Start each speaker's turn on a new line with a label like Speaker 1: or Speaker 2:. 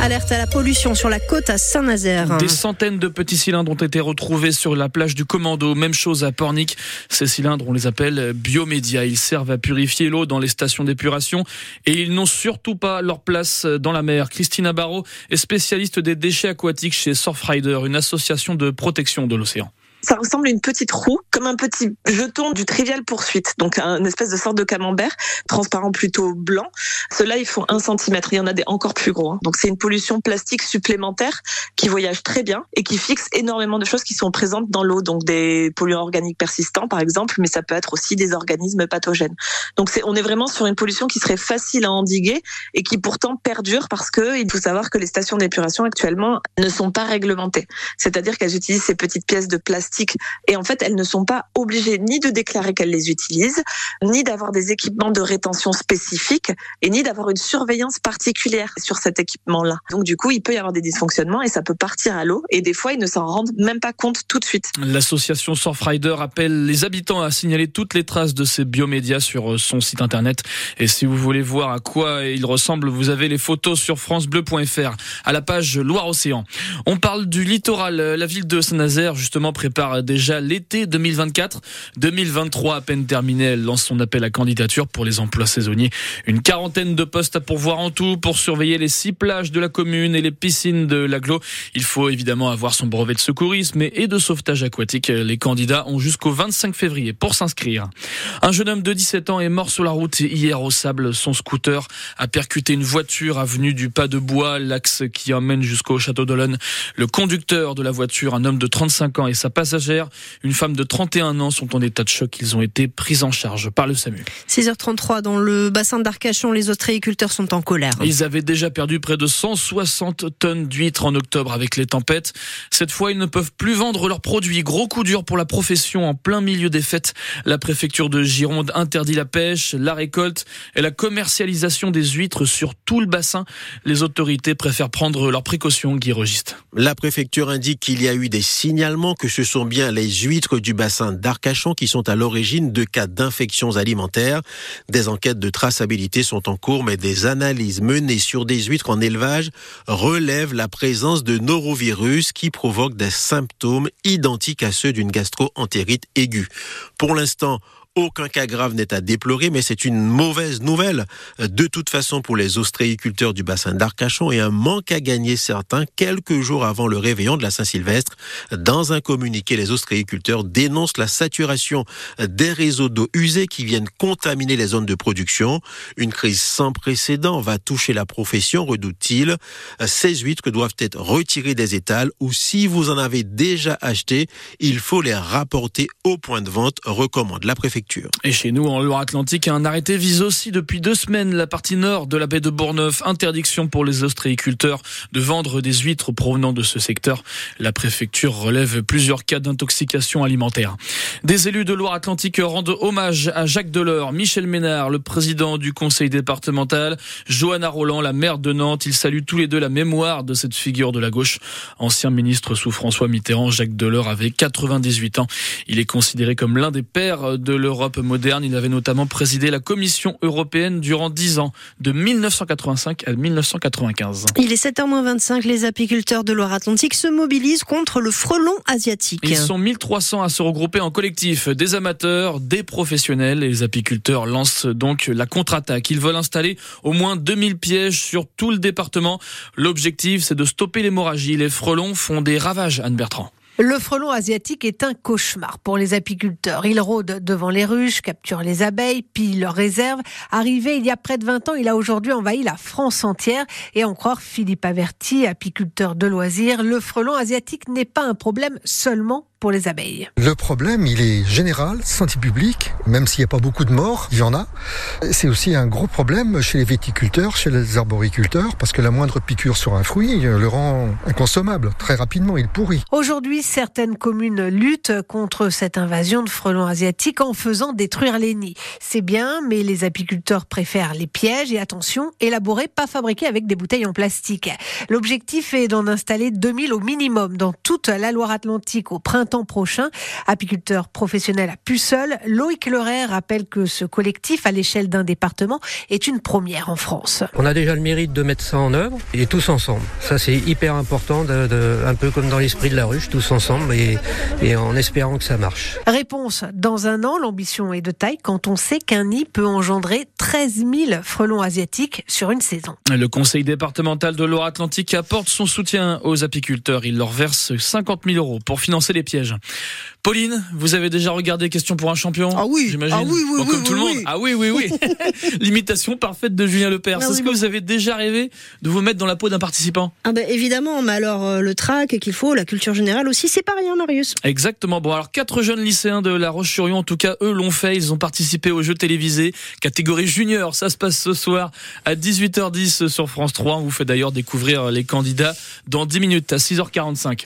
Speaker 1: Alerte à la pollution sur la côte à Saint-Nazaire.
Speaker 2: Des centaines de petits cylindres ont été retrouvés sur la plage du Commando. Même chose à Pornic. Ces cylindres, on les appelle biomédia. Ils servent à purifier l'eau dans les stations d'épuration et ils n'ont surtout pas leur place dans la mer. Christina Barrault est spécialiste des déchets aquatiques chez Surfrider, une association de protection de l'océan.
Speaker 3: Ça ressemble à une petite roue, comme un petit jeton du Trivial Poursuite. Donc, une espèce de sorte de camembert, transparent plutôt blanc. Ceux-là, ils font 1 centimètre. Il y en a des encore plus gros. Donc, c'est une pollution plastique supplémentaire qui voyage très bien et qui fixe énormément de choses qui sont présentes dans l'eau. Donc, des polluants organiques persistants, par exemple, mais ça peut être aussi des organismes pathogènes. Donc, on est vraiment sur une pollution qui serait facile à endiguer et qui pourtant perdure parce que il faut savoir que les stations d'épuration actuellement ne sont pas réglementées. C'est-à-dire qu'elles utilisent ces petites pièces de plastique et en fait, elles ne sont pas obligées ni de déclarer qu'elles les utilisent, ni d'avoir des équipements de rétention spécifiques et ni d'avoir une surveillance particulière sur cet équipement-là. Donc du coup, il peut y avoir des dysfonctionnements et ça peut partir à l'eau et des fois, ils ne s'en rendent même pas compte tout de suite.
Speaker 2: L'association Surfrider appelle les habitants à signaler toutes les traces de ces biomédias sur son site internet. Et si vous voulez voir à quoi ils ressemblent, vous avez les photos sur francebleu.fr à la page Loire-Océan. On parle du littoral. La ville de Saint-Nazaire, justement, prépare déjà l'été 2024. 2023 à peine terminé, elle lance son appel à candidature pour les emplois saisonniers. Une quarantaine de postes à pourvoir en tout pour surveiller les 6 plages de la commune et les piscines de l'agglo. Il faut évidemment avoir son brevet de secourisme et de sauvetage aquatique. Les candidats ont jusqu'au 25 février pour s'inscrire. Un jeune homme de 17 ans est mort sur la route hier au Sable. Son scooter a percuté une voiture avenue du Pas de Bois, l'axe qui emmène jusqu'au Château d'Olonne. Le conducteur de la voiture, un homme de 35 ans et sa passagère, une femme de 31 ans, sont en état de choc. Ils ont été pris en charge par le SAMU.
Speaker 1: 6h33 dans le bassin d'Arcachon, les ostréiculteurs sont en colère.
Speaker 2: Ils avaient déjà perdu près de 160 tonnes d'huîtres en octobre avec les tempêtes. Cette fois, ils ne peuvent plus vendre leurs produits. Gros coup dur pour la profession en plein milieu des fêtes. La préfecture de Gironde interdit la pêche, la récolte et la commercialisation des huîtres sur tout le bassin. Les autorités préfèrent prendre leurs précautions, Guy Registe.
Speaker 4: La préfecture indique qu'il y a eu des signalements que ce sont bien les huîtres du bassin d'Arcachon qui sont à l'origine de cas d'infections alimentaires. Des enquêtes de traçabilité sont en cours, mais des analyses menées sur des huîtres en élevage relèvent la présence de norovirus qui provoquent des symptômes identiques à ceux d'une gastro-entérite aiguë. Pour l'instant, aucun cas grave n'est à déplorer, mais c'est une mauvaise nouvelle. De toute façon, pour les ostréiculteurs du bassin d'Arcachon, et un manque à gagner certain quelques jours avant le réveillon de la Saint-Sylvestre. Dans un communiqué, les ostréiculteurs dénoncent la saturation des réseaux d'eau usée qui viennent contaminer les zones de production. Une crise sans précédent va toucher la profession, redoutent-ils. Ces huîtres doivent être retirées des étals ou si vous en avez déjà acheté, il faut les rapporter au point de vente, recommande la préfecture.
Speaker 2: Et chez nous, en Loire-Atlantique, un arrêté vise aussi depuis 2 semaines la partie nord de la baie de Bourgneuf. Interdiction pour les ostréiculteurs de vendre des huîtres provenant de ce secteur. La préfecture relève plusieurs cas d'intoxication alimentaire. Des élus de Loire-Atlantique rendent hommage à Jacques Delors, Michel Ménard, le président du conseil départemental, Johanna Roland, la maire de Nantes. Ils saluent tous les deux la mémoire de cette figure de la gauche. Ancien ministre sous François Mitterrand, Jacques Delors avait 98 ans. Il est considéré comme l'un des pères de l'Europe moderne. Il avait notamment présidé la Commission européenne durant 10 ans, de 1985 à 1995.
Speaker 1: Il est 7h25, les apiculteurs de Loire-Atlantique se mobilisent contre le frelon asiatique.
Speaker 2: Ils sont 1300 à se regrouper en collectif, des amateurs, des professionnels. Les apiculteurs lancent donc la contre-attaque. Ils veulent installer au moins 2000 pièges sur tout le département. L'objectif, c'est de stopper l'hémorragie. Les frelons font des ravages, Anne Bertrand.
Speaker 5: Le frelon asiatique est un cauchemar pour les apiculteurs. Il rôde devant les ruches, capture les abeilles, pille leurs réserves. Arrivé il y a près de 20 ans, il a aujourd'hui envahi la France entière. Et à en croire Philippe Averti, apiculteur de loisirs, le frelon asiatique n'est pas un problème seulement pour les abeilles.
Speaker 6: Le problème, il est général, santé publique, même s'il n'y a pas beaucoup de morts, il y en a. C'est aussi un gros problème chez les viticulteurs, chez les arboriculteurs, parce que la moindre piqûre sur un fruit le rend inconsommable. Très rapidement, il pourrit.
Speaker 5: Aujourd'hui, certaines communes luttent contre cette invasion de frelons asiatiques en faisant détruire les nids. C'est bien, mais les apiculteurs préfèrent les pièges et attention, élaborés, pas fabriqués avec des bouteilles en plastique. L'objectif est d'en installer 2000 au minimum dans toute la Loire-Atlantique au printemps printemps prochain. Apiculteur professionnel à Puceul, Loïc Leray rappelle que ce collectif à l'échelle d'un département est une première en France.
Speaker 7: On a déjà le mérite de mettre ça en œuvre et tous ensemble. Ça c'est hyper important, un peu comme dans l'esprit de la ruche, tous ensemble et en espérant que ça marche.
Speaker 5: Réponse dans un an, l'ambition est de taille quand on sait qu'un nid peut engendrer 13 000 frelons asiatiques sur une saison.
Speaker 2: Le conseil départemental de Loire-Atlantique apporte son soutien aux apiculteurs. Il leur verse 50 000 € pour financer les pièges. Pauline, vous avez déjà regardé Question pour un champion ?
Speaker 1: Ah oui,
Speaker 2: j'imagine.
Speaker 1: Ah oui,
Speaker 2: comme tout le monde. Ah oui. L'imitation parfaite de Julien Lepers. Est-ce que vous avez déjà rêvé de vous mettre dans la peau d'un participant ?
Speaker 1: Ah ben évidemment, mais alors le trac qu'il faut, la culture générale aussi, c'est pas rien, Marius.
Speaker 2: Exactement. Bon, alors 4 jeunes lycéens de La Roche-sur-Yon, en tout cas, eux l'ont fait. Ils ont participé aux Jeux télévisés, catégorie junior. Ça se passe ce soir à 18h10 sur France 3. On vous fait d'ailleurs découvrir les candidats dans 10 minutes à 6h45.